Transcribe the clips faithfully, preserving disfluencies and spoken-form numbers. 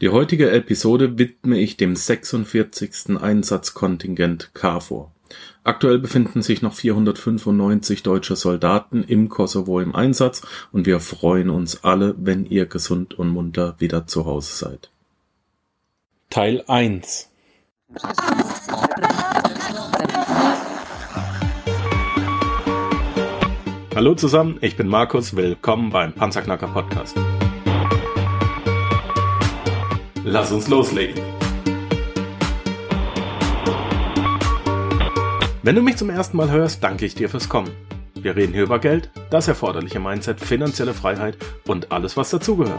Die heutige Episode widme ich dem sechsundvierzigsten Einsatzkontingent KFOR. Aktuell befinden sich noch vierhundertfünfundneunzig deutsche Soldaten im Kosovo im Einsatz und wir freuen uns alle, wenn ihr gesund und munter wieder zu Hause seid. Teil eins. Hallo zusammen, ich bin Markus, willkommen beim Panzerknacker Podcast. Lass uns loslegen. Wenn du mich zum ersten Mal hörst, danke ich dir fürs Kommen. Wir reden hier über Geld, das erforderliche Mindset, finanzielle Freiheit und alles, was dazugehört.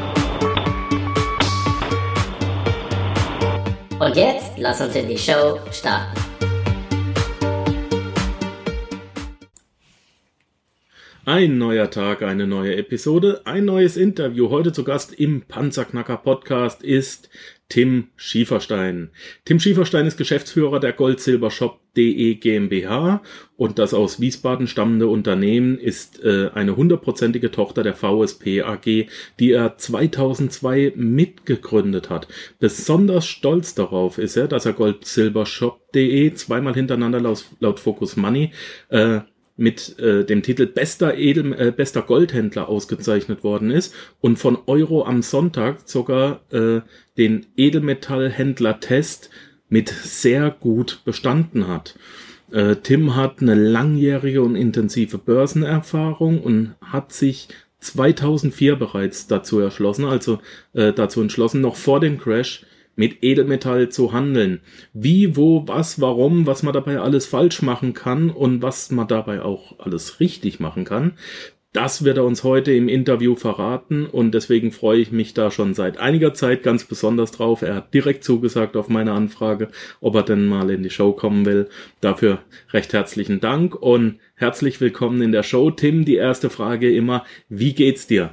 Und jetzt lass uns in die Show starten. Ein neuer Tag, eine neue Episode, ein neues Interview. Heute zu Gast im Panzerknacker Podcast ist Tim Schieferstein. Tim Schieferstein ist Geschäftsführer der Gold-Silber-Shop punkt de GmbH und das aus Wiesbaden stammende Unternehmen ist äh, eine hundertprozentige Tochter der V S P A G, die er zweitausendzwei mitgegründet hat. Besonders stolz darauf ist er, dass er Gold-Silber-Shop punkt de zweimal hintereinander laut, laut Focus Money äh, mit äh, dem Titel bester Edel, äh, bester Goldhändler ausgezeichnet worden ist und von Euro am Sonntag sogar äh, den Edelmetallhändler-Test mit sehr gut bestanden hat. Äh, Tim hat eine langjährige und intensive Börsenerfahrung und hat sich zweitausendvier bereits dazu erschlossen, also äh, dazu entschlossen, noch vor dem Crash mit Edelmetall zu handeln. Wie, wo, was, warum, was man dabei alles falsch machen kann und was man dabei auch alles richtig machen kann, das wird er uns heute im Interview verraten und deswegen freue ich mich da schon seit einiger Zeit ganz besonders drauf. Er hat direkt zugesagt auf meine Anfrage, ob er denn mal in die Show kommen will. Dafür recht herzlichen Dank und herzlich willkommen in der Show. Tim, die erste Frage immer, wie geht's dir?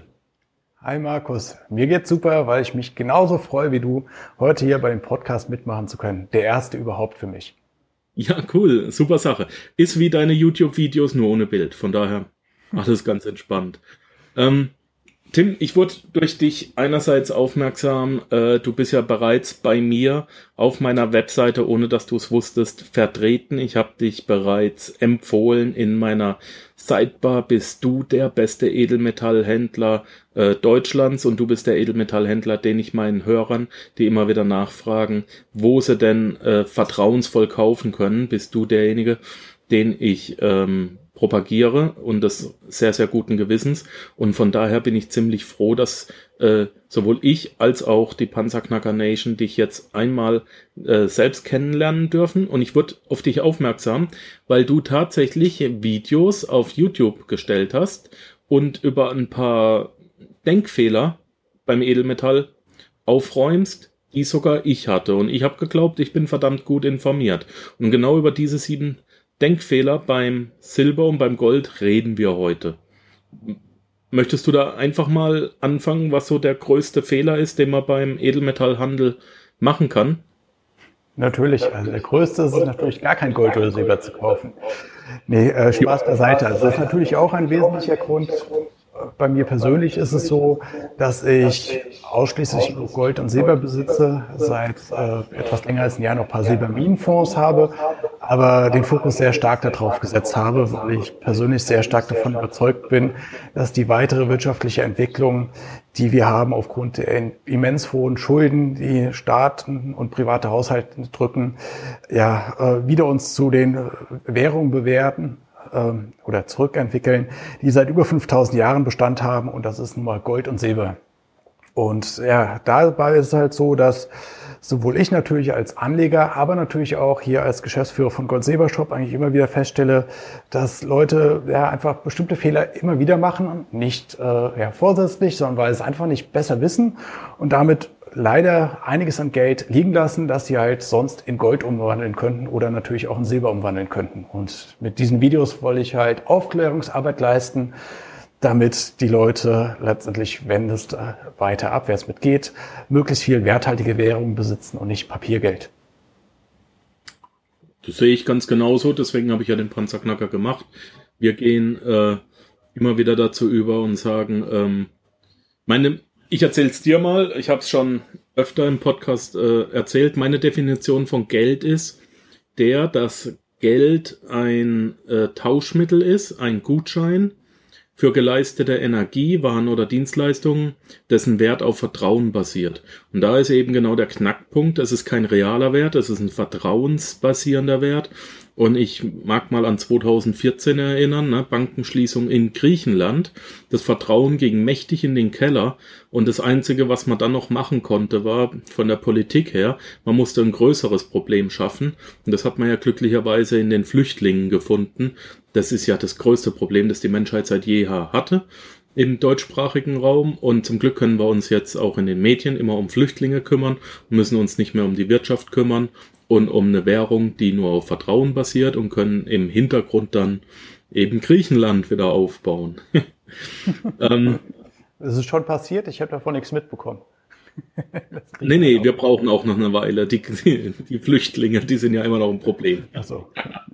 Hi Markus, mir geht's super, weil ich mich genauso freue wie du, heute hier bei dem Podcast mitmachen zu können. Der erste überhaupt für mich. Ja, cool, super Sache. Ist wie deine YouTube-Videos, nur ohne Bild. Von daher alles ganz entspannt. Ähm, Tim, ich wurde durch dich einerseits aufmerksam, äh, du bist ja bereits bei mir auf meiner Webseite, ohne dass du es wusstest, vertreten. Ich habe dich bereits empfohlen in meiner Sidebar, bist du der beste Edelmetallhändler äh, Deutschlands und du bist der Edelmetallhändler, den ich meinen Hörern, die immer wieder nachfragen, wo sie denn äh, vertrauensvoll kaufen können, bist du derjenige, den ich ähm, propagiere und das sehr, sehr guten Gewissens. Und von daher bin ich ziemlich froh, dass äh, sowohl ich als auch die Panzerknacker Nation dich jetzt einmal äh, selbst kennenlernen dürfen. Und ich wurde auf dich aufmerksam, weil du tatsächlich Videos auf YouTube gestellt hast und über ein paar Denkfehler beim Edelmetall aufräumst, die sogar ich hatte. Und ich habe geglaubt, ich bin verdammt gut informiert. Und genau über diese sieben Denkfehler beim Silber und beim Gold reden wir heute. Möchtest du da einfach mal anfangen, was so der größte Fehler ist, den man beim Edelmetallhandel machen kann? Natürlich, also der größte ist es natürlich gar kein Gold oder Silber zu kaufen. Nee, äh, Spaß beiseite. Also das ist natürlich auch ein wesentlicher Grund. Bei mir persönlich ist es so, dass ich ausschließlich Gold und Silber besitze, seit äh, etwas länger als ein Jahr noch ein paar Silberminenfonds habe, aber den Fokus sehr stark darauf gesetzt habe, weil ich persönlich sehr stark davon überzeugt bin, dass die weitere wirtschaftliche Entwicklung, die wir haben aufgrund der immens hohen Schulden, die Staaten und private Haushalte drücken, ja, äh, wieder uns zu den Währungen bewerten oder zurückentwickeln, die seit über fünftausend Jahren Bestand haben und das ist nun mal Gold und Silber. Und ja, dabei ist es halt so, dass sowohl ich natürlich als Anleger, aber natürlich auch hier als Geschäftsführer von Gold-Silber-Shop eigentlich immer wieder feststelle, dass Leute ja einfach bestimmte Fehler immer wieder machen, nicht äh, ja, vorsätzlich, sondern weil sie es einfach nicht besser wissen und damit leider einiges an Geld liegen lassen, das sie halt sonst in Gold umwandeln könnten oder natürlich auch in Silber umwandeln könnten. Und mit diesen Videos wollte ich halt Aufklärungsarbeit leisten, damit die Leute letztendlich, wenn es weiter abwärts mitgeht, möglichst viel werthaltige Währungen besitzen und nicht Papiergeld. Das sehe ich ganz genauso, deswegen habe ich ja den Panzerknacker gemacht. Wir gehen äh, immer wieder dazu über und sagen, ähm, meine Ich erzähl's dir mal. Ich habe es schon öfter im Podcast äh, erzählt. Meine Definition von Geld ist der, dass Geld ein äh, Tauschmittel ist, ein Gutschein für geleistete Energie, Waren oder Dienstleistungen, dessen Wert auf Vertrauen basiert. Und da ist eben genau der Knackpunkt. Es ist kein realer Wert, es ist ein vertrauensbasierender Wert. Und ich mag mal an zweitausendvierzehn erinnern, ne, Bankenschließung in Griechenland. Das Vertrauen ging mächtig in den Keller. Und das Einzige, was man dann noch machen konnte, war von der Politik her, man musste ein größeres Problem schaffen. Und das hat man ja glücklicherweise in den Flüchtlingen gefunden. Das ist ja das größte Problem, das die Menschheit seit jeher hatte im deutschsprachigen Raum. Und zum Glück können wir uns jetzt auch in den Medien immer um Flüchtlinge kümmern und müssen uns nicht mehr um die Wirtschaft kümmern und um eine Währung, die nur auf Vertrauen basiert, und können im Hintergrund dann eben Griechenland wieder aufbauen. ähm, das ist schon passiert, ich habe davon nichts mitbekommen. nee, nee, wir brauchen auch noch eine Weile. Die, die, die Flüchtlinge, die sind ja immer noch ein Problem. Ach so.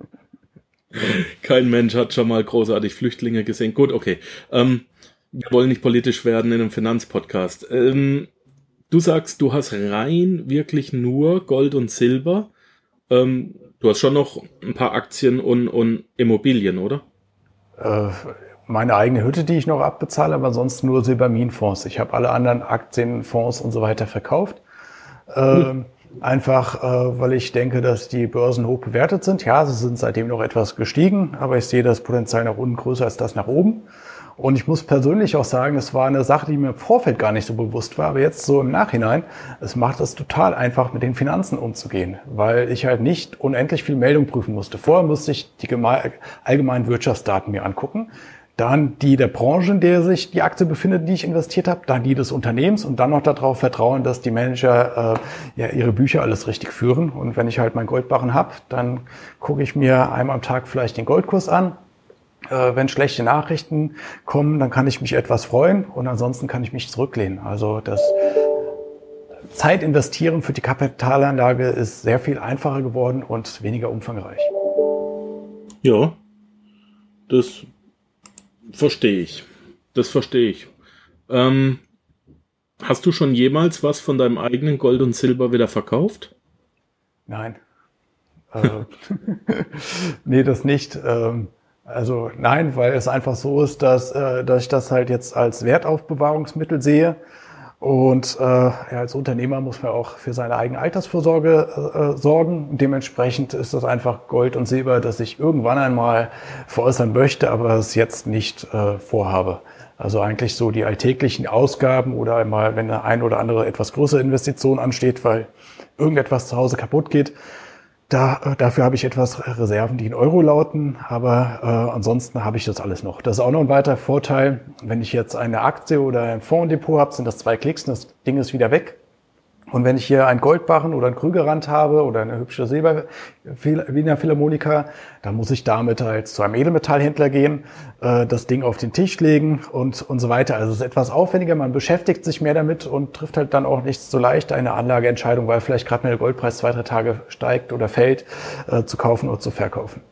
Kein Mensch hat schon mal großartig Flüchtlinge gesehen. Gut, okay. Ähm, wir wollen nicht politisch werden in einem Finanzpodcast. Ähm, du sagst, du hast rein wirklich nur Gold und Silber. Ähm, du hast schon noch ein paar Aktien und, und Immobilien, oder? Äh, meine eigene Hütte, die ich noch abbezahle, aber sonst nur Silberminenfonds. Ich habe alle anderen Aktien, Fonds und so weiter verkauft. Ähm, hm. Einfach, äh, weil ich denke, dass die Börsen hoch bewertet sind. Ja, sie sind seitdem noch etwas gestiegen, aber ich sehe das Potenzial nach unten größer als das nach oben. Und ich muss persönlich auch sagen, es war eine Sache, die mir im Vorfeld gar nicht so bewusst war, aber jetzt so im Nachhinein, es macht es total einfach, mit den Finanzen umzugehen, weil ich halt nicht unendlich viel Meldung prüfen musste. Vorher musste ich die allgemeinen Wirtschaftsdaten mir angucken, dann die der Branche, in der sich die Aktie befindet, die ich investiert habe, dann die des Unternehmens und dann noch darauf vertrauen, dass die Manager äh, ja ihre Bücher alles richtig führen. Und wenn ich halt meinen Goldbarren habe, dann gucke ich mir einmal am Tag vielleicht den Goldkurs an. Äh, wenn schlechte Nachrichten kommen, dann kann ich mich etwas freuen und ansonsten kann ich mich zurücklehnen. Also das Zeit investieren für die Kapitalanlage ist sehr viel einfacher geworden und weniger umfangreich. Ja, das verstehe ich. Das verstehe ich. Ähm, hast du schon jemals was von deinem eigenen Gold und Silber wieder verkauft? Nein. äh, nee, das nicht. Ähm, also nein, weil es einfach so ist, dass, äh, dass ich das halt jetzt als Wertaufbewahrungsmittel sehe. Und äh, ja, als Unternehmer muss man auch für seine eigene Altersvorsorge äh, sorgen. Und dementsprechend ist das einfach Gold und Silber, das ich irgendwann einmal veräußern möchte, aber es jetzt nicht äh, vorhabe. Also eigentlich so die alltäglichen Ausgaben oder einmal, wenn eine ein oder andere etwas größere Investition ansteht, weil irgendetwas zu Hause kaputt geht. Da, äh, dafür habe ich etwas Reserven, die in Euro lauten, aber äh, ansonsten habe ich das alles noch. Das ist auch noch ein weiterer Vorteil. Wenn ich jetzt eine Aktie oder ein Fondsdepot habe, sind das zwei Klicks und das Ding ist wieder weg. Und wenn ich hier einen Goldbarren oder einen Krügerrand habe oder eine hübsche Silber Wiener Philharmonika, dann muss ich damit halt zu einem Edelmetallhändler gehen, äh, das Ding auf den Tisch legen und und so weiter. Also es ist etwas aufwendiger, man beschäftigt sich mehr damit und trifft halt dann auch nicht so leicht eine Anlageentscheidung, weil vielleicht gerade mal der Goldpreis zwei, drei Tage steigt oder fällt, äh, zu kaufen oder zu verkaufen.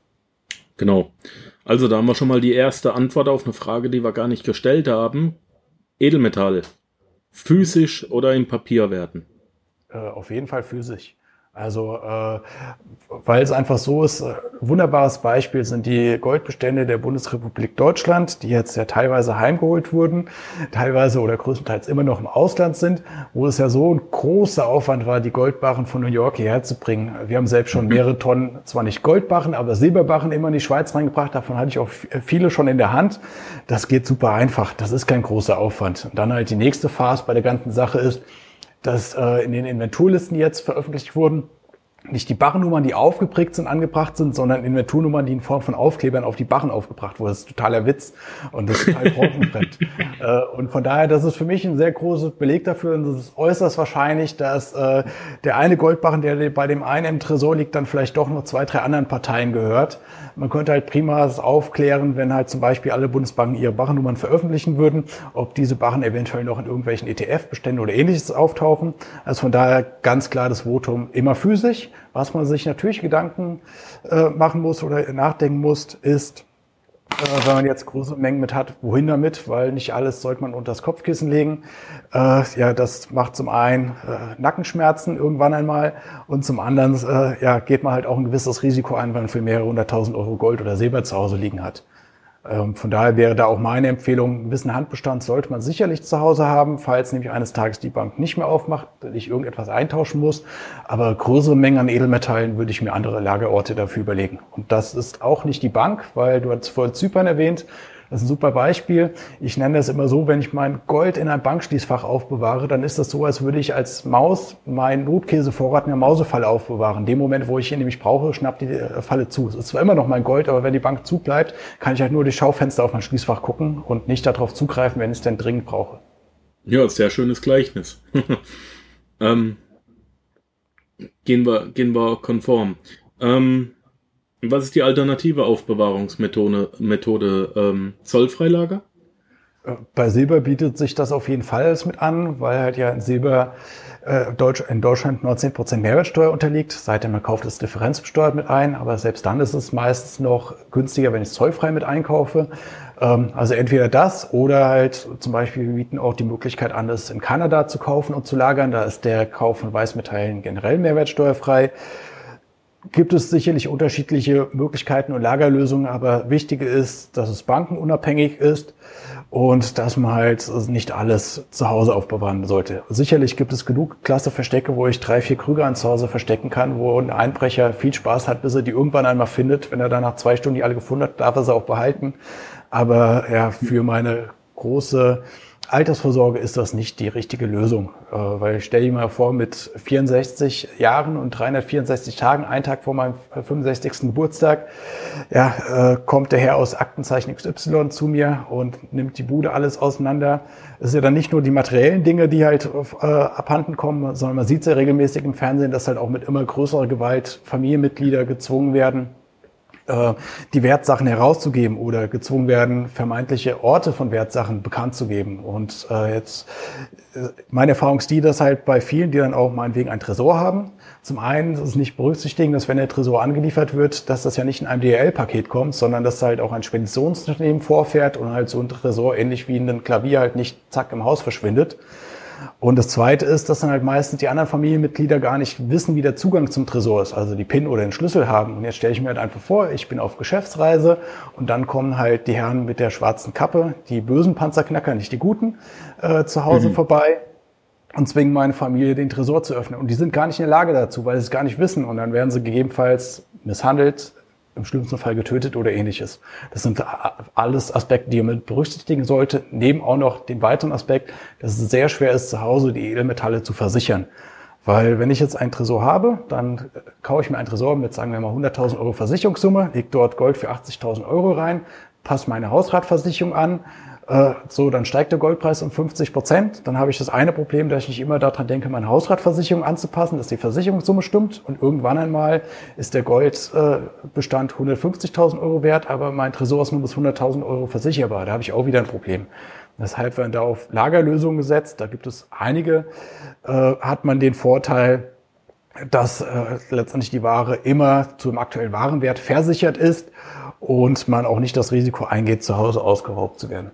Genau. Also da haben wir schon mal die erste Antwort auf eine Frage, die wir gar nicht gestellt haben. Edelmetall. Physisch oder in Papierwerten? Äh, auf jeden Fall physisch. Also, äh, weil es einfach so ist, äh, wunderbares Beispiel sind die Goldbestände der Bundesrepublik Deutschland, die jetzt ja teilweise heimgeholt wurden, teilweise oder größtenteils immer noch im Ausland sind, wo es ja so ein großer Aufwand war, die Goldbarren von New York hierher zu bringen. Wir haben selbst schon mehrere Tonnen, zwar nicht Goldbarren, aber Silberbarren immer in die Schweiz reingebracht. Davon hatte ich auch viele schon in der Hand. Das geht super einfach. Das ist kein großer Aufwand. Und dann halt die nächste Phase bei der ganzen Sache ist, dass äh, in den Inventurlisten, die jetzt veröffentlicht wurden, nicht die Barrennummern, die aufgeprägt sind, angebracht sind, sondern Inventurnummern, die in Form von Aufklebern auf die Barren aufgebracht wurden. Das ist totaler Witz und das ist total branchenfremd. äh, und von daher, das ist für mich ein sehr großer Beleg dafür und es ist äußerst wahrscheinlich, dass äh, der eine Goldbarren, der bei dem einen im Tresor liegt, dann vielleicht doch noch zwei, drei anderen Parteien gehört. Man könnte halt prima das aufklären, wenn halt zum Beispiel alle Bundesbanken ihre Barrennummern veröffentlichen würden, ob diese Barren eventuell noch in irgendwelchen E T F-Beständen oder Ähnliches auftauchen. Also von daher ganz klar das Votum immer physisch. Was man sich natürlich Gedanken äh, machen muss oder nachdenken muss, ist, äh, wenn man jetzt große Mengen mit hat. Wohin damit? Weil nicht alles sollte man unter das Kopfkissen legen. Äh, ja, das macht zum einen äh, Nackenschmerzen irgendwann einmal und zum anderen äh, ja, geht man halt auch ein gewisses Risiko ein, wenn man für mehrere hunderttausend Euro Gold oder Silber zu Hause liegen hat. Ähm, von daher wäre da auch meine Empfehlung, einen gewissen Handbestand sollte man sicherlich zu Hause haben, falls nämlich eines Tages die Bank nicht mehr aufmacht, ich irgendetwas eintauschen muss. Aber größere Mengen an Edelmetallen würde ich mir andere Lagerorte dafür überlegen. Und das ist auch nicht die Bank, weil du hast vorhin Zypern erwähnt. Das ist ein super Beispiel. Ich nenne das immer so, wenn ich mein Gold in ein Bankschließfach aufbewahre, dann ist das so, als würde ich als Maus meinen Notkäsevorrat in der Mausefalle aufbewahren. In dem Moment, wo ich ihn nämlich brauche, schnappt die Falle zu. Es ist zwar immer noch mein Gold, aber wenn die Bank zu bleibt, kann ich halt nur durch Schaufenster auf mein Schließfach gucken und nicht darauf zugreifen, wenn ich es denn dringend brauche. Ja, sehr schönes Gleichnis. ähm, gehen wir, gehen wir konform. Ähm, Was ist die alternative Aufbewahrungsmethode? Methode, ähm, Zollfreilager? Bei Silber bietet sich das auf jeden Fall mit an, weil halt ja Silber äh, Deutsch, in Deutschland neunzehn Prozent Mehrwertsteuer unterliegt. Seitdem man kauft, ist differenzbesteuert mit ein, aber selbst dann ist es meistens noch günstiger, wenn ich es zollfrei mit einkaufe. Ähm, also entweder das oder halt zum Beispiel, wir bieten auch die Möglichkeit an, es in Kanada zu kaufen und zu lagern. Da ist der Kauf von Weißmetallen generell mehrwertsteuerfrei. Gibt es sicherlich unterschiedliche Möglichkeiten und Lagerlösungen, aber wichtig ist, dass es bankenunabhängig ist und dass man halt nicht alles zu Hause aufbewahren sollte. Sicherlich gibt es genug klasse Verstecke, wo ich drei, vier Krüger an zu Hause verstecken kann, wo ein Einbrecher viel Spaß hat, bis er die irgendwann einmal findet. Wenn er dann nach zwei Stunden die alle gefunden hat, darf er sie auch behalten. Aber ja, für meine große Altersvorsorge ist das nicht die richtige Lösung, weil ich stelle dir mal vor, mit vierundsechzig Jahren und dreihundertvierundsechzig Tagen, einen Tag vor meinem fünfundsechzigsten Geburtstag, ja, kommt der Herr aus Aktenzeichen X Y zu mir und nimmt die Bude alles auseinander. Es ist ja dann nicht nur die materiellen Dinge, die halt äh, abhanden kommen, sondern man sieht es ja regelmäßig im Fernsehen, dass halt auch mit immer größerer Gewalt Familienmitglieder gezwungen werden, die Wertsachen herauszugeben oder gezwungen werden, vermeintliche Orte von Wertsachen bekannt zu geben. Und äh, jetzt, meine Erfahrung ist die, dass halt bei vielen, die dann auch meinetwegen ein Tresor haben, zum einen ist es nicht berücksichtigen, dass wenn der Tresor angeliefert wird, dass das ja nicht in einem D H L-Paket kommt, sondern dass halt auch ein Speditionsunternehmen vorfährt und halt so ein Tresor ähnlich wie ein Klavier halt nicht zack im Haus verschwindet. Und das Zweite ist, dass dann halt meistens die anderen Familienmitglieder gar nicht wissen, wie der Zugang zum Tresor ist, also die PIN oder den Schlüssel haben. Und jetzt stelle ich mir halt einfach vor, ich bin auf Geschäftsreise und dann kommen halt die Herren mit der schwarzen Kappe, die bösen Panzerknacker, nicht die guten, äh, zu Hause mhm. vorbei und zwingen meine Familie, den Tresor zu öffnen. Und die sind gar nicht in der Lage dazu, weil sie es gar nicht wissen. Und dann werden sie gegebenenfalls misshandelt, im schlimmsten Fall getötet oder ähnliches. Das sind alles Aspekte, die man mit berücksichtigen sollte. Neben auch noch den weiteren Aspekt, dass es sehr schwer ist, zu Hause die Edelmetalle zu versichern. Weil wenn ich jetzt einen Tresor habe, dann kaufe ich mir einen Tresor mit, sagen wir mal, hunderttausend Euro Versicherungssumme, lege dort Gold für achtzigtausend Euro rein, passe meine Hausratversicherung an, so, dann steigt der Goldpreis um fünfzig Prozent. Dann habe ich das eine Problem, dass ich nicht immer daran denke, meine Hausratversicherung anzupassen, dass die Versicherungssumme stimmt. Und irgendwann einmal ist der Goldbestand hundertfünfzigtausend Euro wert, aber mein Tresor ist nur bis hunderttausend Euro versicherbar. Da habe ich auch wieder ein Problem. Deshalb werden da auf Lagerlösungen gesetzt. Da gibt es einige, äh, hat man den Vorteil, dass äh, letztendlich die Ware immer zum aktuellen Warenwert versichert ist und man auch nicht das Risiko eingeht, zu Hause ausgeraubt zu werden.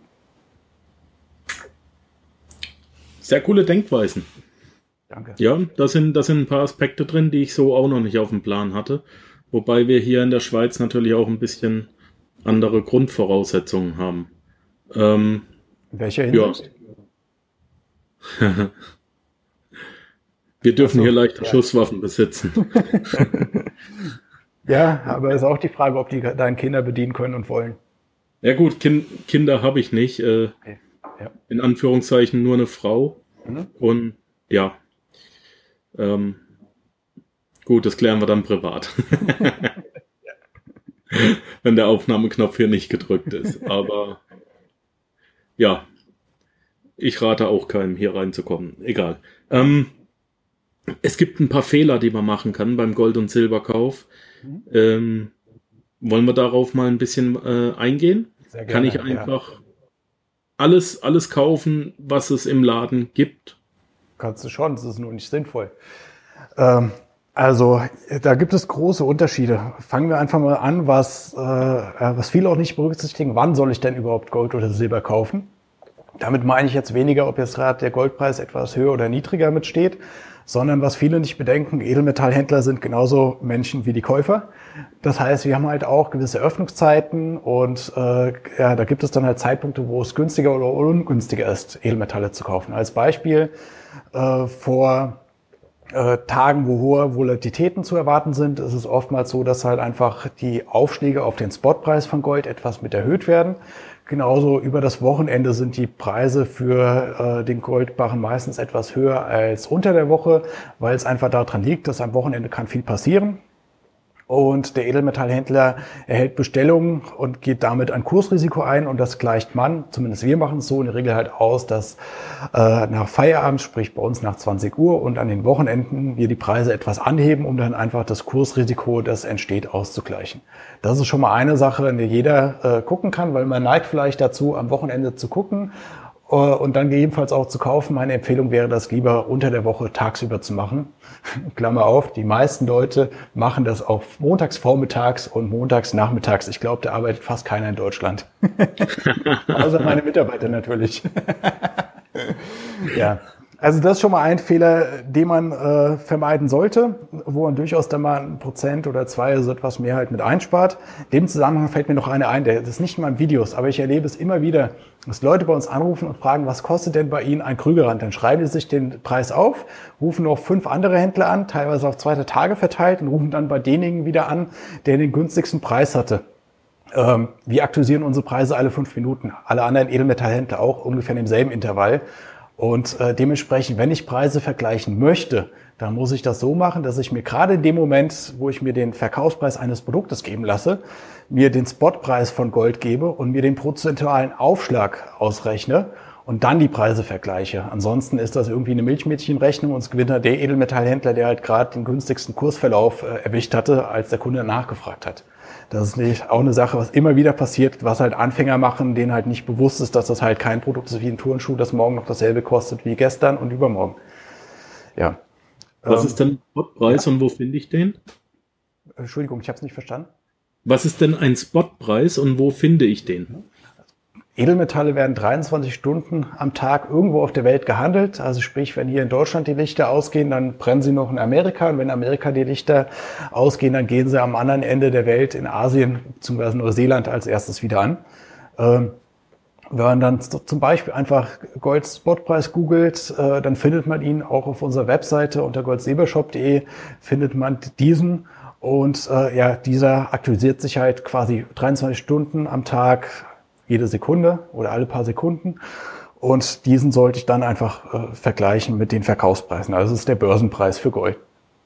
Sehr coole Denkweisen. Danke. Ja, da sind, da sind ein paar Aspekte drin, die ich so auch noch nicht auf dem Plan hatte. Wobei wir hier in der Schweiz natürlich auch ein bisschen andere Grundvoraussetzungen haben. Ähm, in welcher Hinsicht? Ja. Wir dürfen so, hier leichte ja. Schusswaffen besitzen. Ja, aber es ist auch die Frage, ob die deine Kinder bedienen können und wollen. Ja gut, kind, Kinder habe ich nicht. Äh, okay. Ja. In Anführungszeichen nur eine Frau. Mhm. Und ja. Ähm, gut, das klären wir dann privat. Ja. Wenn der Aufnahmeknopf hier nicht gedrückt ist. Aber ja, ich rate auch keinem, hier reinzukommen. Egal. Ähm, es gibt ein paar Fehler, die man machen kann beim Gold- und Silberkauf. Mhm. Ähm, wollen wir darauf mal ein bisschen äh, eingehen? Sehr gerne, kann ich einfach ja. alles, alles kaufen, was es im Laden gibt? Kannst du schon, das ist nur nicht sinnvoll. Ähm, Also da gibt es große Unterschiede. Fangen wir einfach mal an, was, äh, was viele auch nicht berücksichtigen. Wann soll ich denn überhaupt Gold oder Silber kaufen? Damit meine ich jetzt weniger, ob jetzt gerade der Goldpreis etwas höher oder niedriger mitsteht, sondern was viele nicht bedenken, Edelmetallhändler sind genauso Menschen wie die Käufer. Das heißt, wir haben halt auch gewisse Öffnungszeiten und äh, ja, da gibt es dann halt Zeitpunkte, wo es günstiger oder ungünstiger ist, Edelmetalle zu kaufen. Als Beispiel äh, vor Äh, Tagen, wo hohe Volatilitäten zu erwarten sind, ist es oftmals so, dass halt einfach die Aufschläge auf den Spotpreis von Gold etwas mit erhöht werden. Genauso über das Wochenende sind die Preise für äh, den Goldbarren meistens etwas höher als unter der Woche, weil es einfach daran liegt, dass am Wochenende kann viel passieren. Und der Edelmetallhändler erhält Bestellungen und geht damit ein Kursrisiko ein und das gleicht man, zumindest wir machen es so in der Regel halt aus, dass äh, nach Feierabend, sprich bei uns nach zwanzig Uhr und an den Wochenenden wir die Preise etwas anheben, um dann einfach das Kursrisiko, das entsteht, auszugleichen. Das ist schon mal eine Sache, in der jeder äh, gucken kann, weil man neigt vielleicht dazu, am Wochenende zu gucken und dann gegebenenfalls auch zu kaufen. Meine Empfehlung wäre, das lieber unter der Woche tagsüber zu machen. Klammer auf, die meisten Leute machen das auch montags vormittags und montags nachmittags. Ich glaube, da arbeitet fast keiner in Deutschland. Außer meine Mitarbeiter natürlich. Ja. Also das ist schon mal ein Fehler, den man äh, vermeiden sollte, wo man durchaus dann mal ein Prozent oder zwei so etwas mehr halt mit einspart. In dem Zusammenhang fällt mir noch eine ein, der das ist nicht mal in Videos, aber ich erlebe es immer wieder, dass Leute bei uns anrufen und fragen, was kostet denn bei Ihnen ein Krügerrand? Dann schreiben sie sich den Preis auf, rufen noch fünf andere Händler an, teilweise auf zwei Tage verteilt und rufen dann bei denjenigen wieder an, der den günstigsten Preis hatte. Ähm, wir aktualisieren unsere Preise alle fünf Minuten, alle anderen Edelmetallhändler auch ungefähr in demselben Intervall. Und äh, dementsprechend, wenn ich Preise vergleichen möchte, dann muss ich das so machen, dass ich mir gerade in dem Moment, wo ich mir den Verkaufspreis eines Produktes geben lasse, mir den Spotpreis von Gold gebe und mir den prozentualen Aufschlag ausrechne und dann die Preise vergleiche. Ansonsten ist das irgendwie eine Milchmädchenrechnung und es gewinnt halt der Edelmetallhändler, der halt gerade den günstigsten Kursverlauf äh, erwischt hatte, als der Kunde nachgefragt hat. Das ist nicht auch eine Sache, was immer wieder passiert, was halt Anfänger machen, denen halt nicht bewusst ist, dass das halt kein Produkt ist wie ein Turnschuh, das morgen noch dasselbe kostet wie gestern und übermorgen. Ja. Was ähm, ist denn Spotpreis ja? Und wo finde ich den? Entschuldigung, ich habe es nicht verstanden. Was ist denn ein Spotpreis und wo finde ich den? Edelmetalle werden dreiundzwanzig Stunden am Tag irgendwo auf der Welt gehandelt. Also sprich, wenn hier in Deutschland die Lichter ausgehen, dann brennen sie noch in Amerika. Und wenn in Amerika die Lichter ausgehen, dann gehen sie am anderen Ende der Welt in Asien bzw. Neuseeland als erstes wieder an. Ähm, wenn man dann zum Beispiel einfach Gold-Spotpreis googelt, äh, dann findet man ihn auch auf unserer Webseite unter goldsilbershop punkt de, findet man diesen. Und äh, ja, dieser aktualisiert sich halt quasi dreiundzwanzig Stunden am Tag, jede Sekunde oder alle paar Sekunden. Und diesen sollte ich dann einfach äh, vergleichen mit den Verkaufspreisen. Also das ist der Börsenpreis für Gold.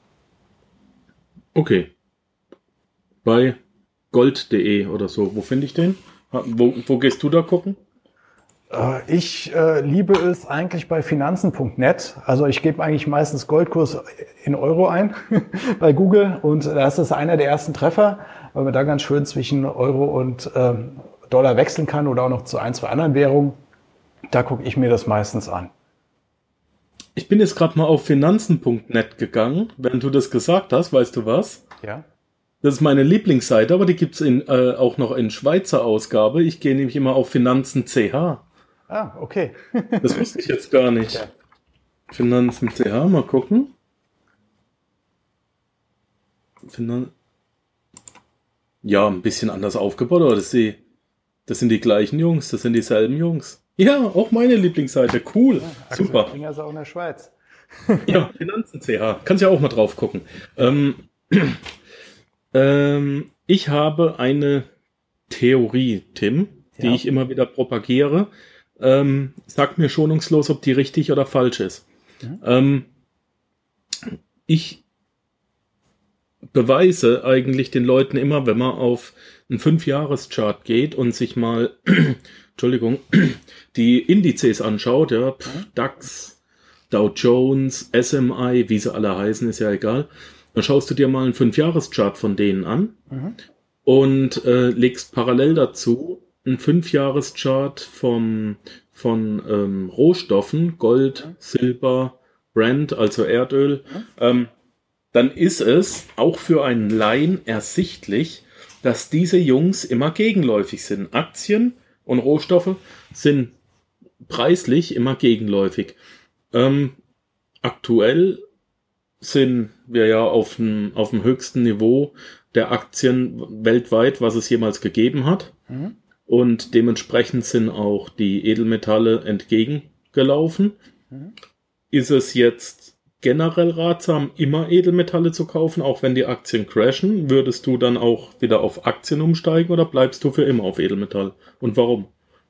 Okay. Bei gold punkt de oder so. Wo finde ich den? Wo, wo gehst du da gucken? Äh, ich äh, liebe es eigentlich bei finanzen punkt net. Also ich gebe eigentlich meistens Goldkurs in Euro ein bei Google. Und das ist einer der ersten Treffer, weil man da ganz schön zwischen Euro und ähm, Dollar wechseln kann oder auch noch zu ein, zwei anderen Währungen. Da gucke ich mir das meistens an. Ich bin jetzt gerade mal auf finanzen punkt net gegangen, während du das gesagt hast, weißt du was? Ja. Das ist meine Lieblingsseite, aber die gibt's in, äh, auch noch in Schweizer Ausgabe. Ich gehe nämlich immer auf finanzen punkt c h. Ah, okay. Das wusste ich jetzt gar nicht. Ja. finanzen punkt c h, mal gucken. Finan- ja, ein bisschen anders aufgebaut, aber das ist die Das sind die gleichen Jungs, das sind dieselben Jungs. Ja, auch meine Lieblingsseite, cool, ja, super. Ich bin also auch in der Schweiz. Ja, finanzen punkt c h, kannst ja auch mal drauf gucken. Ähm, ähm, ich habe eine Theorie, Tim, die ja. ich immer wieder propagiere. Ähm, sag mir schonungslos, ob die richtig oder falsch ist. Mhm. Ähm, ich beweise eigentlich den Leuten immer, wenn man auf einen fünf-Jahres-Chart geht und sich mal, Entschuldigung, die Indizes anschaut, ja, Pff, DAX, Dow Jones, S M I, wie sie alle heißen, ist ja egal. Dann schaust du dir mal einen fünf-Jahres-Chart von denen an mhm. und äh, legst parallel dazu einen fünf-Jahres-Chart vom, von ähm, Rohstoffen, Gold, mhm. Silber, Brent, also Erdöl, mhm. ähm, dann ist es auch für einen Laien ersichtlich, dass diese Jungs immer gegenläufig sind. Aktien und Rohstoffe sind preislich immer gegenläufig. Ähm, aktuell sind wir ja auf dem, auf dem höchsten Niveau der Aktien weltweit, was es jemals gegeben hat. Mhm. Und dementsprechend sind auch die Edelmetalle entgegengelaufen. Mhm. Ist es jetzt generell ratsam, immer Edelmetalle zu kaufen, auch wenn die Aktien crashen? Würdest du dann auch wieder auf Aktien umsteigen oder bleibst du für immer auf Edelmetall? Und warum?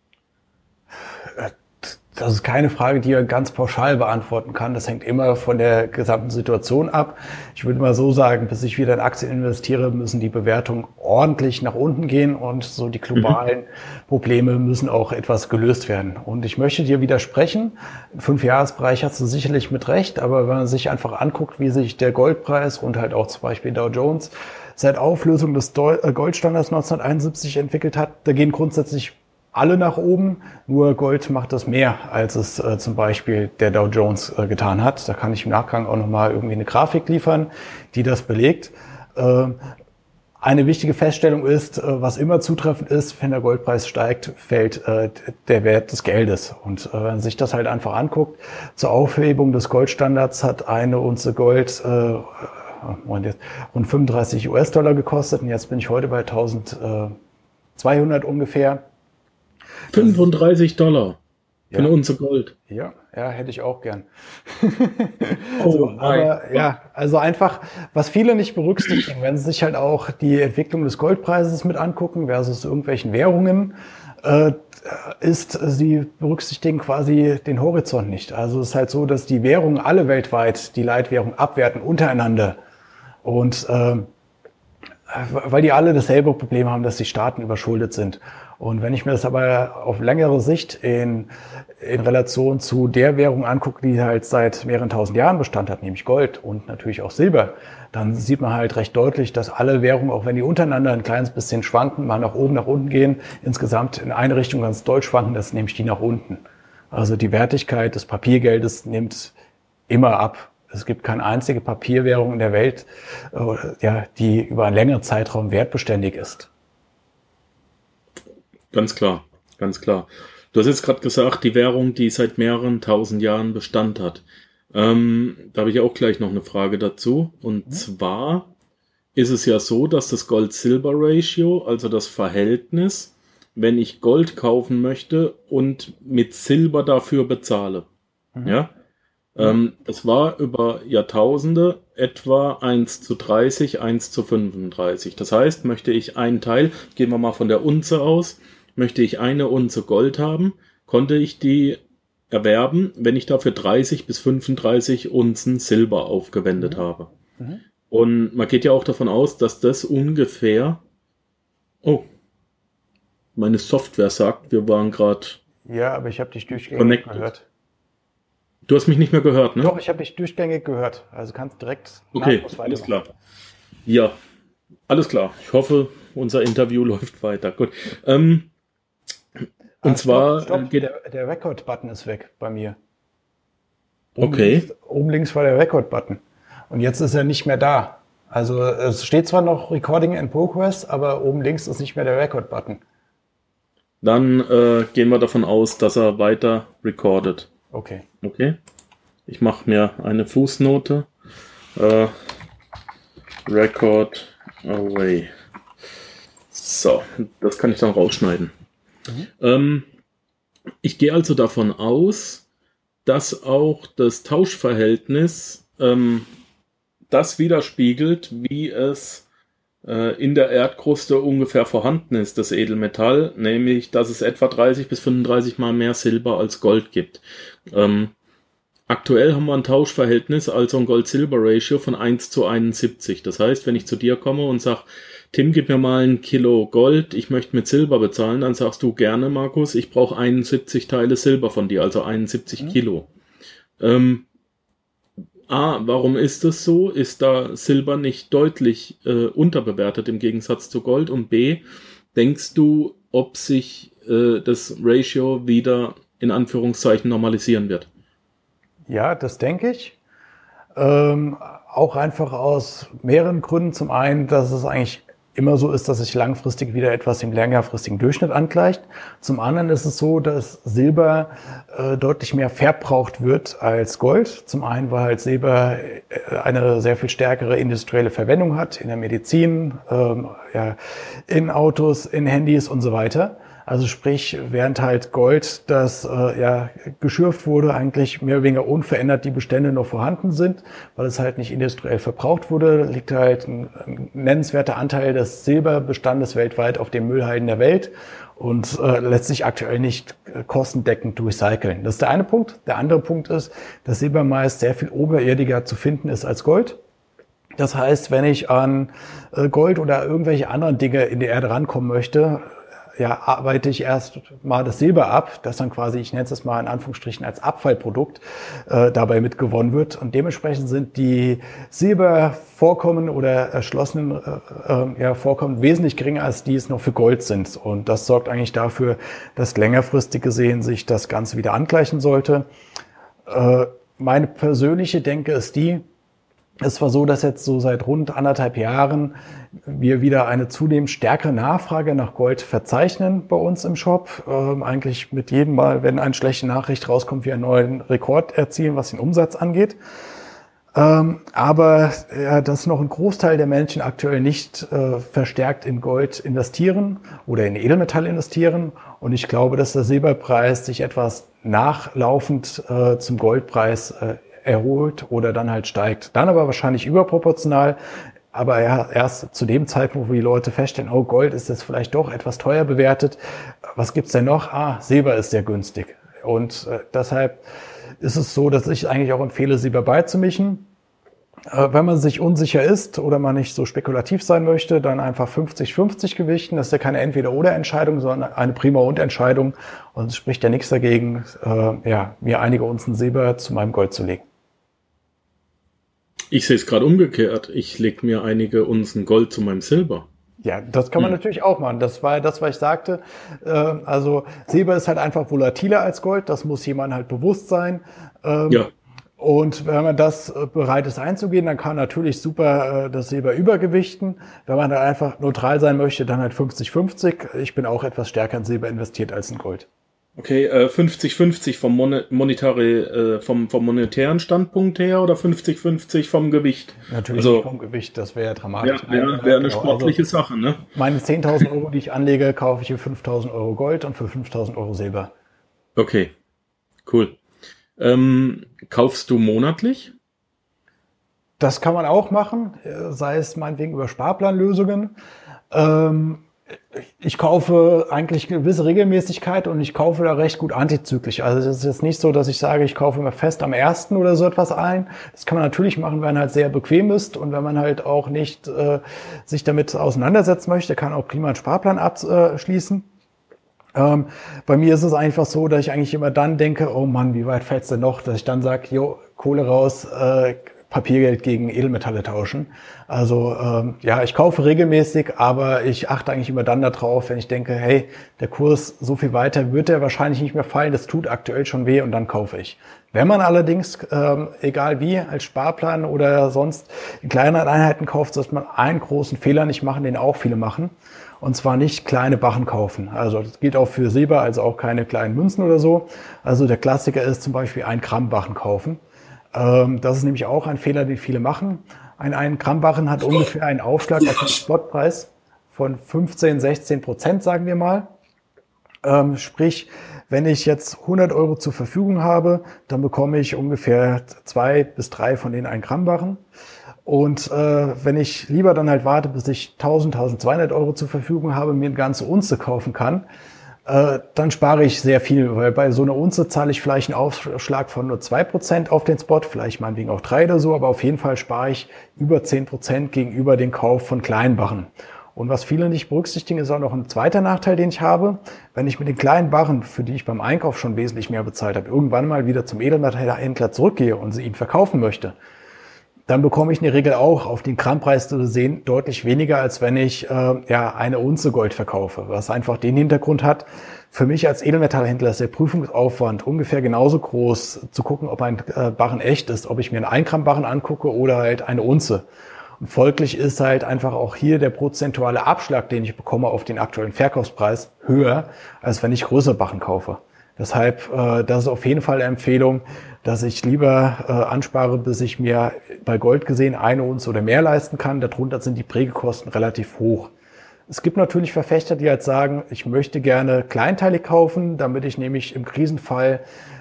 Das ist keine Frage, die man ganz pauschal beantworten kann. Das hängt immer von der gesamten Situation ab. Ich würde mal so sagen, bis ich wieder in Aktien investiere, müssen die Bewertungen ordentlich nach unten gehen und so die globalen mhm. Probleme müssen auch etwas gelöst werden. Und ich möchte dir widersprechen. Im Fünfjahresbereich hast du sicherlich mit Recht, aber wenn man sich einfach anguckt, wie sich der Goldpreis und halt auch zum Beispiel Dow Jones seit Auflösung des Goldstandards neunzehnhunderteinundsiebzig entwickelt hat, da gehen grundsätzlich alle nach oben, nur Gold macht das mehr, als es äh, zum Beispiel der Dow Jones äh, getan hat. Da kann ich im Nachgang auch nochmal irgendwie eine Grafik liefern, die das belegt. Äh, eine wichtige Feststellung ist, äh, was immer zutreffend ist, wenn der Goldpreis steigt, fällt äh, der Wert des Geldes. Und äh, wenn man sich das halt einfach anguckt, zur Aufhebung des Goldstandards hat eine Unze Gold äh, rund fünfunddreißig US-Dollar gekostet und jetzt bin ich heute bei eintausendzweihundert ungefähr. fünfunddreißig Dollar für ja. eine Unze Gold. Ja, ja, hätte ich auch gern. oh, so, aber ja, also einfach, was viele nicht berücksichtigen, wenn sie sich halt auch die Entwicklung des Goldpreises mit angucken versus irgendwelchen Währungen, äh, ist, sie berücksichtigen quasi den Horizont nicht. Also es ist halt so, dass die Währungen alle weltweit die Leitwährung abwerten untereinander und äh, weil die alle dasselbe Problem haben, dass die Staaten überschuldet sind. Und wenn ich mir das aber auf längere Sicht in, in Relation zu der Währung angucke, die halt seit mehreren tausend Jahren Bestand hat, nämlich Gold und natürlich auch Silber, dann sieht man halt recht deutlich, dass alle Währungen, auch wenn die untereinander ein kleines bisschen schwanken, mal nach oben, nach unten gehen, insgesamt in eine Richtung ganz doll schwanken, das ist nämlich die nach unten. Also die Wertigkeit des Papiergeldes nimmt immer ab. Es gibt keine einzige Papierwährung in der Welt, ja, die über einen längeren Zeitraum wertbeständig ist. Ganz klar, ganz klar. Du hast jetzt gerade gesagt, die Währung, die seit mehreren tausend Jahren Bestand hat. Ähm, da habe ich auch gleich noch eine Frage dazu. Und mhm. zwar ist es ja so, dass das Gold-Silber-Ratio, also das Verhältnis, wenn ich Gold kaufen möchte und mit Silber dafür bezahle, mhm. ja, Ähm, das war über Jahrtausende etwa eins zu dreißig, eins zu fünfunddreißig. Das heißt, möchte ich einen Teil, gehen wir mal von der Unze aus, möchte ich eine Unze Gold haben, konnte ich die erwerben, wenn ich dafür dreißig bis fünfunddreißig Unzen Silber aufgewendet mhm. habe. Mhm. Und man geht ja auch davon aus, dass das ungefähr... Oh, meine Software sagt, wir waren gerade... Ja, aber ich habe dich durchgängig gehört. Du hast mich nicht mehr gehört, ne? Doch, ich habe dich durchgängig gehört. Also kannst direkt... Okay, alles klar. Ja, alles klar. Ich hoffe, unser Interview läuft weiter. Gut. Ähm, und ah, zwar... Stopp, stopp. Geht der, der Record-Button ist weg bei mir. Oben okay. Links, oben links war der Record-Button. Und jetzt ist er nicht mehr da. Also es steht zwar noch Recording in Progress, aber oben links ist nicht mehr der Record-Button. Dann äh, gehen wir davon aus, dass er weiter recordet. Okay. Okay. Ich mache mir eine Fußnote. Äh, record away. So, das kann ich dann rausschneiden. Mhm. Ähm, ich gehe also davon aus, dass auch das Tauschverhältnis ähm, das widerspiegelt, wie es äh, in der Erdkruste ungefähr vorhanden ist, das Edelmetall, nämlich, dass es etwa dreißig bis fünfunddreißig Mal mehr Silber als Gold gibt. Ähm, aktuell haben wir ein Tauschverhältnis, also ein Gold-Silber-Ratio von eins zu einundsiebzig. Das heißt, wenn ich zu dir komme und sage, Tim, gib mir mal ein Kilo Gold, ich möchte mit Silber bezahlen, dann sagst du gerne, Markus, ich brauche einundsiebzig Teile Silber von dir, also einundsiebzig mhm. Kilo. Ähm, A, warum ist das so? Ist da Silber nicht deutlich äh, unterbewertet im Gegensatz zu Gold? Und B, denkst du, ob sich äh, das Ratio wieder in Anführungszeichen normalisieren wird? Ja, das denke ich. Ähm, auch einfach aus mehreren Gründen. Zum einen, dass es eigentlich immer so ist, dass sich langfristig wieder etwas im längerfristigen Durchschnitt angleicht. Zum anderen ist es so, dass Silber äh, deutlich mehr verbraucht wird als Gold. Zum einen, weil halt Silber äh, eine sehr viel stärkere industrielle Verwendung hat in der Medizin, ähm, ja, in Autos, in Handys und so weiter. Also sprich, während halt Gold, das äh, ja geschürft wurde, eigentlich mehr oder weniger unverändert die Bestände noch vorhanden sind, weil es halt nicht industriell verbraucht wurde, liegt halt ein, ein nennenswerter Anteil des Silberbestandes weltweit auf den Müllhalden der Welt und äh, lässt sich aktuell nicht äh, kostendeckend recyceln. Das ist der eine Punkt. Der andere Punkt ist, dass Silber meist sehr viel oberirdiger zu finden ist als Gold. Das heißt, wenn ich an äh, Gold oder irgendwelche anderen Dinge in die Erde rankommen möchte, ja, arbeite ich erst mal das Silber ab, das dann quasi, ich nenne es jetzt mal in Anführungsstrichen als Abfallprodukt, äh, dabei mitgewonnen wird. Und dementsprechend sind die Silbervorkommen oder erschlossenen äh, äh, ja, Vorkommen wesentlich geringer, als die es noch für Gold sind. Und das sorgt eigentlich dafür, dass längerfristig gesehen sich das Ganze wieder angleichen sollte. Äh, meine persönliche Denke ist die, es war so, dass jetzt so seit rund anderthalb Jahren wir wieder eine zunehmend stärkere Nachfrage nach Gold verzeichnen bei uns im Shop. Ähm, eigentlich mit jedem Mal, wenn eine schlechte Nachricht rauskommt, wir einen neuen Rekord erzielen, was den Umsatz angeht. Ähm, aber ja, dass noch ein Großteil der Menschen aktuell nicht äh, verstärkt in Gold investieren oder in Edelmetall investieren. Und ich glaube, dass der Silberpreis sich etwas nachlaufend äh, zum Goldpreis äh, erholt oder dann halt steigt. Dann aber wahrscheinlich überproportional, aber ja, erst zu dem Zeitpunkt, wo die Leute feststellen, oh, Gold ist jetzt vielleicht doch etwas teuer bewertet. Was gibt's denn noch? Ah, Silber ist sehr günstig. Und äh, deshalb ist es so, dass ich eigentlich auch empfehle, Silber beizumischen. Äh, wenn man sich unsicher ist oder man nicht so spekulativ sein möchte, dann einfach fünfzig fünfzig gewichten. Das ist ja keine Entweder-oder-Entscheidung, sondern eine Prima-und-Entscheidung. Und es spricht ja nichts dagegen, äh, ja, mir einige Unzen Silber zu meinem Gold zu legen. Ich sehe es gerade umgekehrt. Ich lege mir einige Unzen Gold zu meinem Silber. Ja, das kann man hm. natürlich auch machen. Das war das, was ich sagte. Äh, also Silber ist halt einfach volatiler als Gold. Das muss jemand halt bewusst sein. Ähm, ja. Und wenn man das bereit ist einzugehen, dann kann man natürlich super äh, das Silber übergewichten. Wenn man dann einfach neutral sein möchte, dann halt fünfzig fünfzig. Ich bin auch etwas stärker in Silber investiert als in Gold. Okay, äh, fünfzig fünfzig vom, Mon- monetary, äh, vom, vom monetären Standpunkt her oder fünfzig fünfzig vom Gewicht? Natürlich also, vom Gewicht, das wäre ja dramatisch. Ja, wäre wär eine genau. sportliche also, Sache, ne? Meine zehntausend Euro, die ich anlege, kaufe ich für fünftausend Euro Gold und für fünftausend Euro Silber. Okay, cool. Ähm, kaufst du monatlich? Das kann man auch machen, sei es meinetwegen über Sparplanlösungen. Ähm, Ich kaufe eigentlich gewisse Regelmäßigkeit und ich kaufe da recht gut antizyklisch. Also es ist jetzt nicht so, dass ich sage, ich kaufe immer fest am ersten oder so etwas ein. Das kann man natürlich machen, wenn man halt sehr bequem ist und wenn man halt auch nicht äh, sich damit auseinandersetzen möchte, kann auch prima einen Sparplan abschließen. Ähm, bei mir ist es einfach so, dass ich eigentlich immer dann denke, oh Mann, wie weit fällt's denn noch, dass ich dann sage, jo, Kohle raus, äh, Papiergeld gegen Edelmetalle tauschen. Also ähm, ja, ich kaufe regelmäßig, aber ich achte eigentlich immer dann darauf, wenn ich denke, hey, der Kurs so viel weiter wird der wahrscheinlich nicht mehr fallen, das tut aktuell schon weh und dann kaufe ich. Wenn man allerdings, ähm, egal wie, als Sparplan oder sonst in kleineren Einheiten kauft, sollte man einen großen Fehler nicht machen, den auch viele machen. Und zwar nicht kleine Barren kaufen. Also das gilt auch für Silber, also auch keine kleinen Münzen oder so. Also der Klassiker ist zum Beispiel ein Gramm Barren kaufen. Das ist nämlich auch ein Fehler, den viele machen. Ein ein Gramm Barren hat ungefähr einen Aufschlag auf den Spotpreis von fünfzehn, sechzehn Prozent, sagen wir mal. Ähm, sprich, wenn ich jetzt hundert Euro zur Verfügung habe, dann bekomme ich ungefähr zwei bis drei von den ein Gramm Barren. Und äh, wenn ich lieber dann halt warte, bis ich tausend, tausendzweihundert Euro zur Verfügung habe, mir eine ganze Unze kaufen kann, äh, dann spare ich sehr viel, weil bei so einer Unze zahle ich vielleicht einen Aufschlag von nur zwei Prozent auf den Spot, vielleicht meinetwegen auch drei oder so, aber auf jeden Fall spare ich über zehn Prozent gegenüber dem Kauf von kleinen Barren. Und was viele nicht berücksichtigen, ist auch noch ein zweiter Nachteil, den ich habe. Wenn ich mit den kleinen Barren, für die ich beim Einkauf schon wesentlich mehr bezahlt habe, irgendwann mal wieder zum Edelmetallhändler zurückgehe und sie ihm verkaufen möchte, dann bekomme ich in der Regel auch auf den Grammpreis zu sehen deutlich weniger, als wenn ich äh, ja eine Unze Gold verkaufe, was einfach den Hintergrund hat. Für mich als Edelmetallhändler ist der Prüfungsaufwand ungefähr genauso groß, zu gucken, ob ein äh, Barren echt ist, ob ich mir einen ein Gramm Barren angucke oder halt eine Unze. Und folglich ist halt einfach auch hier der prozentuale Abschlag, den ich bekomme auf den aktuellen Verkaufspreis, höher, als wenn ich größere Barren kaufe. Deshalb, äh, das ist auf jeden Fall eine Empfehlung, dass ich lieber äh, anspare, bis ich mir bei Gold gesehen eine Unze oder mehr leisten kann. Darunter sind die Prägekosten relativ hoch. Es gibt natürlich Verfechter, die halt sagen, ich möchte gerne kleinteilig kaufen, damit ich nämlich im Krisenfall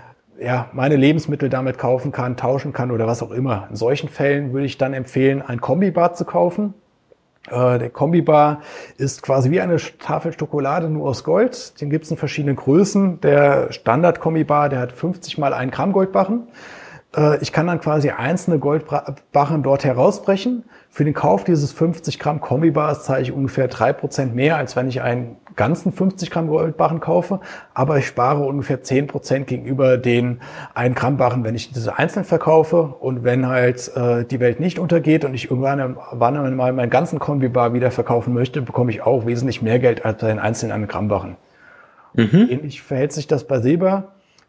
ja meine Lebensmittel damit kaufen kann, tauschen kann oder was auch immer. In solchen Fällen würde ich dann empfehlen, ein Kombibar zu kaufen. Äh, der Kombibar ist quasi wie eine Tafel Schokolade, nur aus Gold. Den gibt es in verschiedenen Größen. Der Standard-Kombibar, der hat fünfzig mal ein Gramm Goldbarren. Äh, ich kann dann quasi einzelne Goldbarren dort herausbrechen. Für den Kauf dieses fünfzig Gramm Kombibars zahle ich ungefähr drei Prozent mehr, als wenn ich einen ganzen fünfzig Gramm Goldbarren kaufe. Aber ich spare ungefähr zehn Prozent gegenüber den ein Gramm Barren, wenn ich diese einzeln verkaufe. Und wenn halt äh, die Welt nicht untergeht und ich irgendwann wann mal meinen ganzen Kombibar wieder verkaufen möchte, bekomme ich auch wesentlich mehr Geld als bei den einzelnen ein Gramm Barren. Mhm. Ähnlich verhält sich das bei Silber.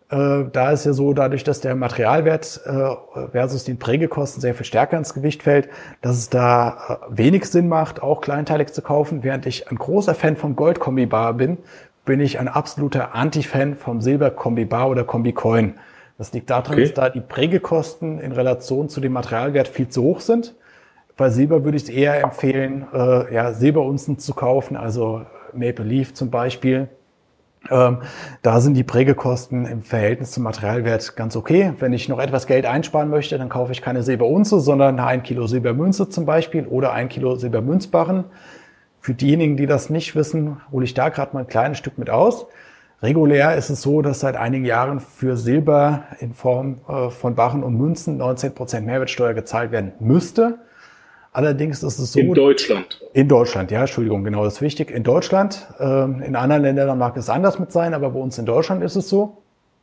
Da ist ja so, dadurch, dass der Materialwert versus den Prägekosten sehr viel stärker ins Gewicht fällt, dass es da wenig Sinn macht, auch kleinteilig zu kaufen. Während ich ein großer Fan vom Gold-Kombibar bin, bin ich ein absoluter Anti-Fan vom Silber-Kombibar oder Kombi-Coin. Das liegt daran, okay, dass da die Prägekosten in Relation zu dem Materialwert viel zu hoch sind. Bei Silber würde ich es eher empfehlen, ja, Silberunzen zu kaufen, also Maple Leaf zum Beispiel. Ähm, da sind die Prägekosten im Verhältnis zum Materialwert ganz okay. Wenn ich noch etwas Geld einsparen möchte, dann kaufe ich keine Silberunze, sondern ein Kilo Silbermünze zum Beispiel oder ein Kilo Silbermünzbarren. Für diejenigen, die das nicht wissen, hole ich da gerade mal ein kleines Stück mit aus. Regulär ist es so, dass seit einigen Jahren für Silber in Form äh, von Barren und Münzen neunzehn Prozent Mehrwertsteuer gezahlt werden müsste. Allerdings ist es so... In Deutschland. In Deutschland, ja, Entschuldigung, genau, das ist wichtig. In Deutschland, ähm, in anderen Ländern mag es anders mit sein, aber bei uns in Deutschland ist es so.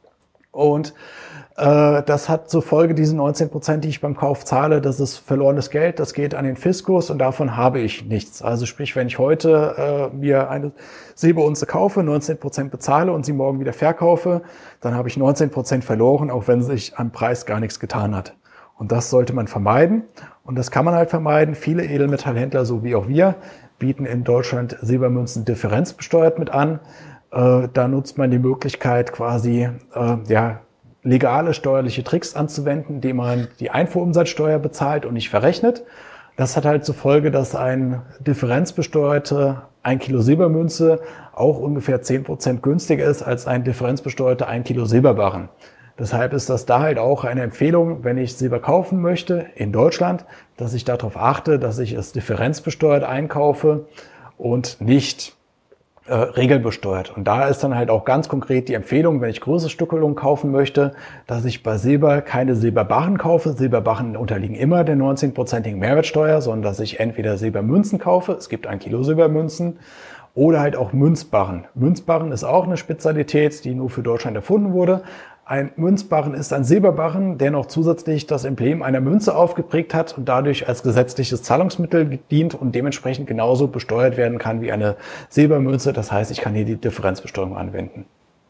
Und äh, das hat zur Folge, diese neunzehn Prozent, die ich beim Kauf zahle, das ist verlorenes Geld, das geht an den Fiskus und davon habe ich nichts. Also sprich, wenn ich heute äh, mir eine Silberunze kaufe, neunzehn Prozent bezahle und sie morgen wieder verkaufe, dann habe ich neunzehn Prozent verloren, auch wenn sich am Preis gar nichts getan hat. Und das sollte man vermeiden. Und das kann man halt vermeiden. Viele Edelmetallhändler, so wie auch wir, bieten in Deutschland Silbermünzen differenzbesteuert mit an. Äh, da nutzt man die Möglichkeit, quasi äh, ja legale steuerliche Tricks anzuwenden, indem man die Einfuhrumsatzsteuer bezahlt und nicht verrechnet. Das hat halt zur Folge, dass ein differenzbesteuerte ein Kilo Silbermünze auch ungefähr zehn Prozent günstiger ist als ein differenzbesteuerter ein Kilo Silberbarren. Deshalb ist das da halt auch eine Empfehlung, wenn ich Silber kaufen möchte in Deutschland, dass ich darauf achte, dass ich es differenzbesteuert einkaufe und nicht äh, regelbesteuert. Und da ist dann halt auch ganz konkret die Empfehlung, wenn ich größere Stückelungen kaufen möchte, dass ich bei Silber keine Silberbarren kaufe. Silberbarren unterliegen immer der neunzehnprozentigen Mehrwertsteuer, sondern dass ich entweder Silbermünzen kaufe, es gibt ein Kilo Silbermünzen, oder halt auch Münzbarren. Münzbarren ist auch eine Spezialität, die nur für Deutschland erfunden wurde. Ein Münzbarren ist ein Silberbarren, der noch zusätzlich das Emblem einer Münze aufgeprägt hat und dadurch als gesetzliches Zahlungsmittel dient und dementsprechend genauso besteuert werden kann wie eine Silbermünze. Das heißt, ich kann hier die Differenzbesteuerung anwenden.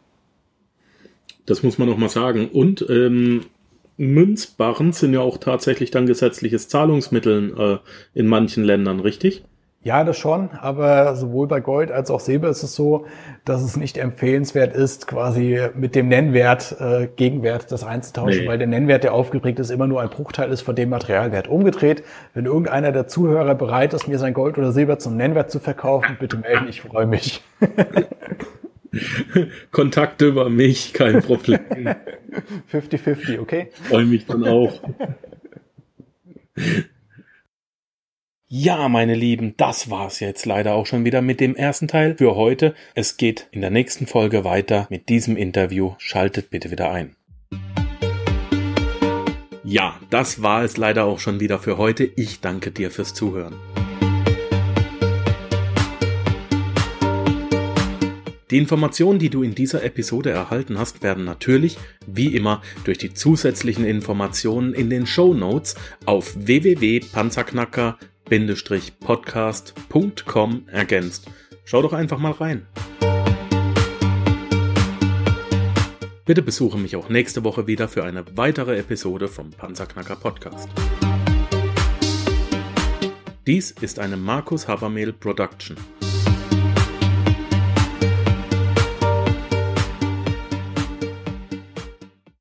Das muss man noch mal sagen. Und ähm, Münzbarren sind ja auch tatsächlich dann gesetzliches Zahlungsmittel äh, in manchen Ländern, richtig? Ja, das schon, aber sowohl bei Gold als auch Silber ist es so, dass es nicht empfehlenswert ist, quasi mit dem Nennwert, äh, Gegenwert das einzutauschen, nee. Weil der Nennwert, der aufgeprägt ist, immer nur ein Bruchteil ist von dem Materialwert. Umgedreht, wenn irgendeiner der Zuhörer bereit ist, mir sein Gold oder Silber zum Nennwert zu verkaufen, bitte melden, ich freue mich. Kontakte über mich, kein Problem. fünfzig fünfzig, okay? Freue mich dann auch. Ja, meine Lieben, das war's jetzt leider auch schon wieder mit dem ersten Teil für heute. Es geht in der nächsten Folge weiter mit diesem Interview. Schaltet bitte wieder ein. Ja, das war es leider auch schon wieder für heute. Ich danke dir fürs Zuhören. Die Informationen, die du in dieser Episode erhalten hast, werden natürlich, wie immer, durch die zusätzlichen Informationen in den Shownotes auf w w w punkt panzerknacker Bindestrich podcast punkt com ergänzt. Schau doch einfach mal rein. Bitte besuche mich auch nächste Woche wieder für eine weitere Episode vom Panzerknacker Podcast. Dies ist eine Markus Habermehl Production.